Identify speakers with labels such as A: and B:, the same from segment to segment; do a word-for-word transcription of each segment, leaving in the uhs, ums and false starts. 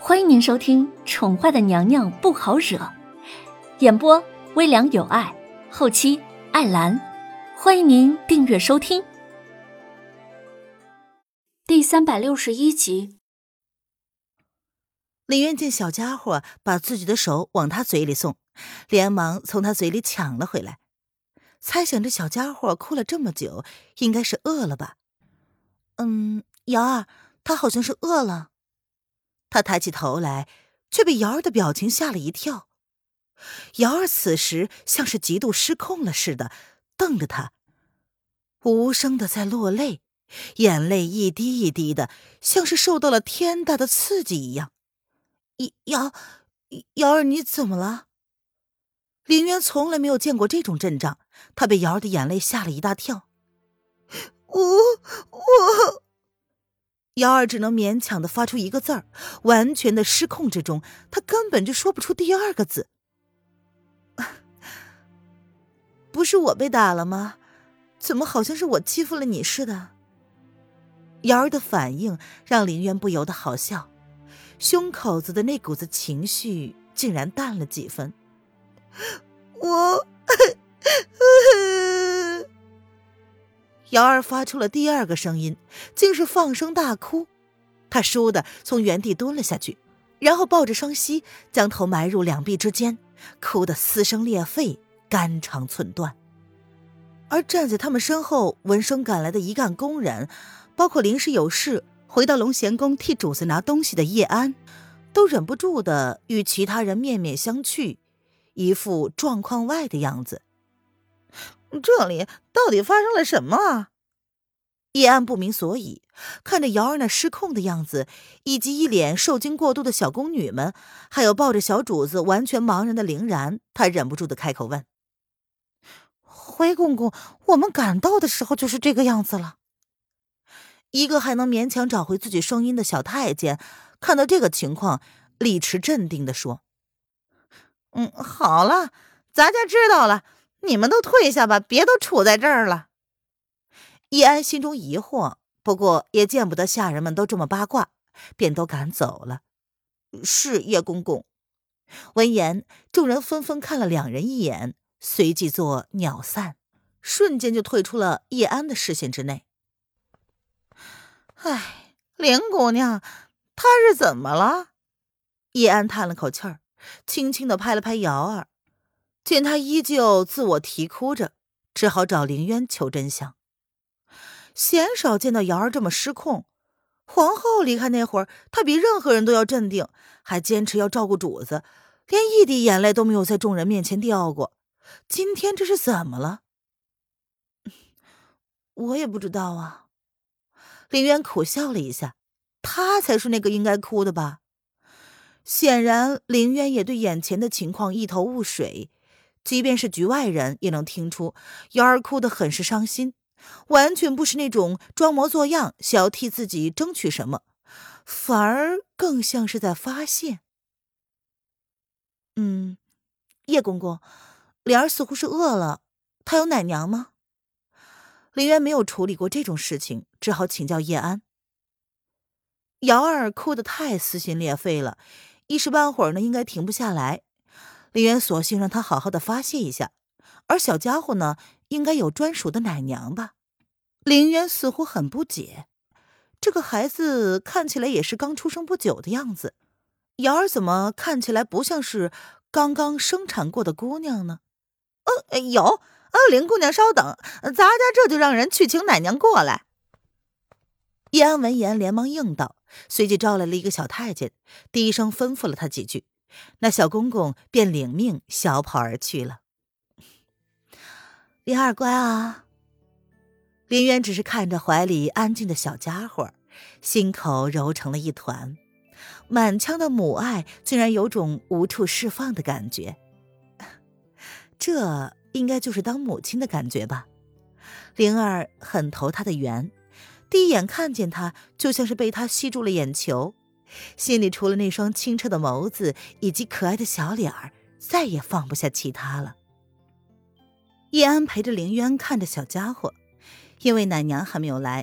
A: 欢迎您收听《宠坏的娘娘不好惹》，演播微凉有爱，后期艾兰。欢迎您订阅收听。第三百六十一集。
B: 林渊见小家伙把自己的手往他嘴里送，连忙从他嘴里抢了回来。猜想这小家伙哭了这么久，应该是饿了吧。嗯，瑶儿，他好像是饿了。他抬起头来，却被瑶儿的表情吓了一跳。瑶儿此时像是极度失控了似的，瞪着他，无声的在落泪，眼泪一滴一滴的，像是受到了天大的刺激一样。瑶瑶儿，你怎么了？林渊从来没有见过这种阵仗，他被瑶儿的眼泪吓了一大跳。我我瑶儿只能勉强的发出一个字儿，完全的失控之中，他根本就说不出第二个字。不是我被打了吗？怎么好像是我欺负了你似的？瑶儿的反应让林渊不由得好笑，胸口子的那股子情绪竟然淡了几分。我瑶儿发出了第二个声音，竟是放声大哭。她倏地从原地蹲了下去，然后抱着双膝，将头埋入两臂之间，哭得撕声裂肺，肝肠寸断。而站在他们身后闻声赶来的一干工人，包括临时有事回到龙贤宫替主子拿东西的叶安，都忍不住的与其他人面面相觑，一副状况外的样子。这里到底发生了什么啊？叶安不明所以，看着瑶儿那失控的样子，以及一脸受惊过度的小宫女们，还有抱着小主子完全茫然的凌然，他忍不住的开口问：回公公，我们赶到的时候就是这个样子了。一个还能勉强找回自己声音的小太监看到这个情况，立持镇定地说：嗯，好了，咱家知道了，你们都退下吧，别都杵在这儿了。叶安心中疑惑，不过也见不得下人们都这么八卦，便都赶走了。是叶公公。闻言，众人纷纷看了两人一眼，随即作鸟散，瞬间就退出了叶安的视线之内。唉，林姑娘，她是怎么了？叶安叹了口气儿，轻轻地拍了拍瑶儿，见她依旧自我啼哭着，只好找凌渊求真相。鲜少见到瑶儿这么失控，皇后离开那会儿，她比任何人都要镇定，还坚持要照顾主子，连一滴眼泪都没有在众人面前掉过。今天这是怎么了？我也不知道啊。林渊苦笑了一下，他才是那个应该哭的吧？显然林渊也对眼前的情况一头雾水，即便是局外人也能听出瑶儿哭得很是伤心，完全不是那种装模作样想要替自己争取什么，反而更像是在发泄。嗯，叶公公，莲儿似乎是饿了，她有奶娘吗？林渊没有处理过这种事情，只好请教叶安。瑶儿哭得太撕心裂肺了，一时半会儿呢应该停不下来。林渊索性让他好好的发泄一下，而小家伙呢，应该有专属的奶娘吧？林渊似乎很不解，这个孩子看起来也是刚出生不久的样子，瑶儿怎么看起来不像是刚刚生产过的姑娘呢？呃，有，呃，林姑娘稍等，咱家这就让人去请奶娘过来。叶安闻言连忙应道，随即招来了一个小太监，低声吩咐了他几句，那小公公便领命小跑而去了。林儿乖啊。林渊只是看着怀里安静的小家伙，心口揉成了一团，满腔的母爱竟然有种无处释放的感觉。这应该就是当母亲的感觉吧。灵儿很投他的缘，第一眼看见他就像是被他吸住了眼球，心里除了那双清澈的眸子以及可爱的小脸儿，再也放不下其他了。叶安陪着凌渊看着小家伙，因为奶娘还没有来，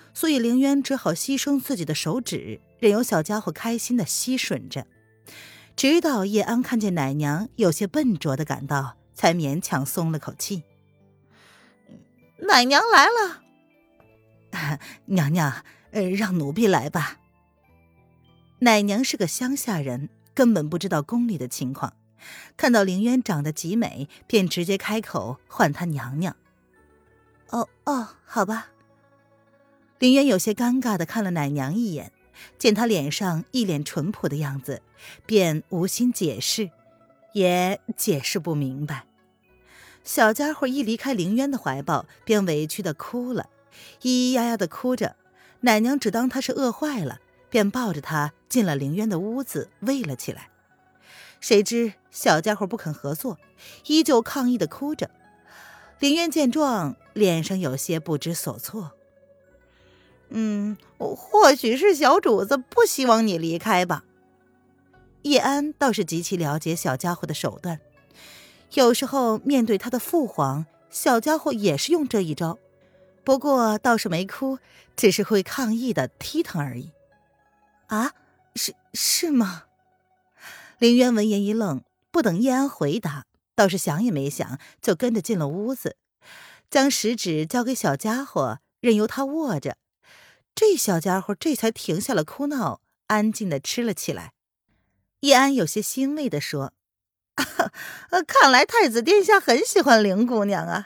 B: 所以凌渊只好牺牲自己的手指，任由小家伙开心地吸吮着，直到叶安看见奶娘有些笨拙的感到，才勉强松了口气。
C: 奶娘来了。
B: 娘娘，呃，让奴婢来吧。奶娘是个乡下人，根本不知道宫里的情况，看到凌渊长得极美，便直接开口唤他娘娘。哦哦，好吧。凌渊有些尴尬地看了奶娘一眼，见她脸上一脸淳朴的样子，便无心解释，也解释不明白。小家伙一离开凌渊的怀抱，便委屈地哭了，咿咿呀呀地哭着。奶娘只当他是饿坏了，便抱着他进了凌渊的屋子，喂了起来。谁知小家伙不肯合作，依旧抗议地哭着。凌渊见状，脸上有些不知所措。
C: 嗯，或许是小主子不希望你离开吧。
B: 叶安倒是极其了解小家伙的手段，有时候面对他的父皇，小家伙也是用这一招，不过倒是没哭，只是会抗议的踢腾而已。啊，是是吗？凌渊闻言一愣，不等叶安回答，倒是想也没想就跟着进了屋子，将食指交给小家伙，任由他握着。这小家伙这才停下了哭闹，安静地吃了起来。叶安有些欣慰地说：
C: 啊，看来太子殿下很喜欢凌姑娘啊。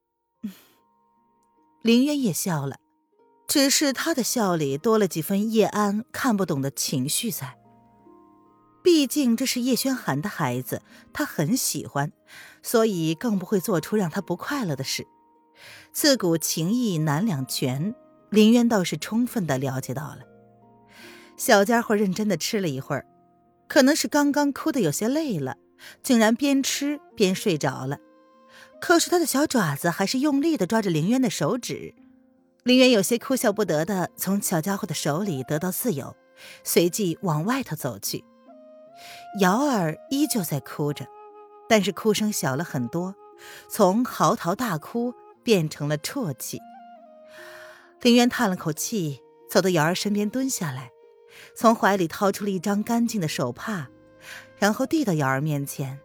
B: 凌渊也笑了，只是他的笑里多了几分叶安看不懂的情绪在。毕竟这是叶轩寒的孩子，他很喜欢，所以更不会做出让他不快乐的事。自古情义难两全，凌渊倒是充分地了解到了。小家伙认真地吃了一会儿，可能是刚刚哭得有些累了，竟然边吃边睡着了。可是他的小爪子还是用力地抓着凌渊的手指。凌渊有些哭笑不得地从小家伙的手里得到自由，随即往外头走去。瑶儿依旧在哭着，但是哭声小了很多，从嚎啕大哭变成了啜泣。凌渊叹了口气，走到瑶儿身边蹲下来，从怀里掏出了一张干净的手帕，然后递到瑶儿面前。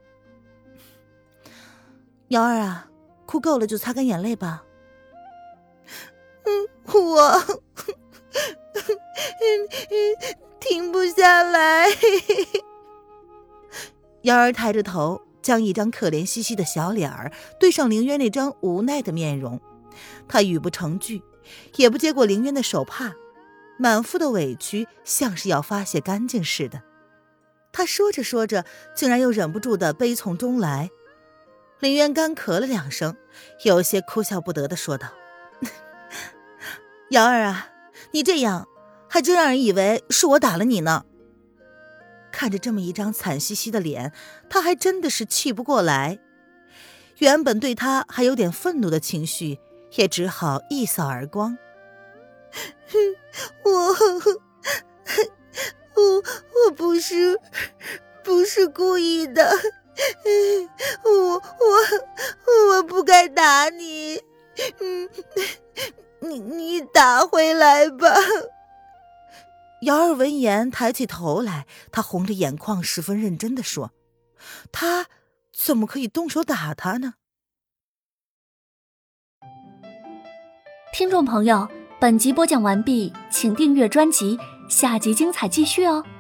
B: 瑶儿啊，哭够了就擦干眼泪吧。
C: 嗯，我停不下来。
B: 瑶儿抬着头，将一张可怜兮兮的小脸儿对上凌渊那张无奈的面容，他语不成句，也不接过凌渊的手帕，满腹的委屈像是要发泄干净似的。他说着说着，竟然又忍不住的悲从中来。凌渊干咳了两声，有些哭笑不得地说道：瑶儿啊，你这样还真让人以为是我打了你呢。看着这么一张惨兮兮的脸，他还真的是气不过来。原本对他还有点愤怒的情绪也只好一扫而光。
C: 我我我不是不是故意的，我我我不该打你，嗯，你你打回来吧。
B: 瑶儿闻言抬起头来，她红着眼眶，十分认真地说：他怎么可以动手打他呢？
A: 听众朋友，本集播讲完毕，请订阅专辑，下集精彩继续哦。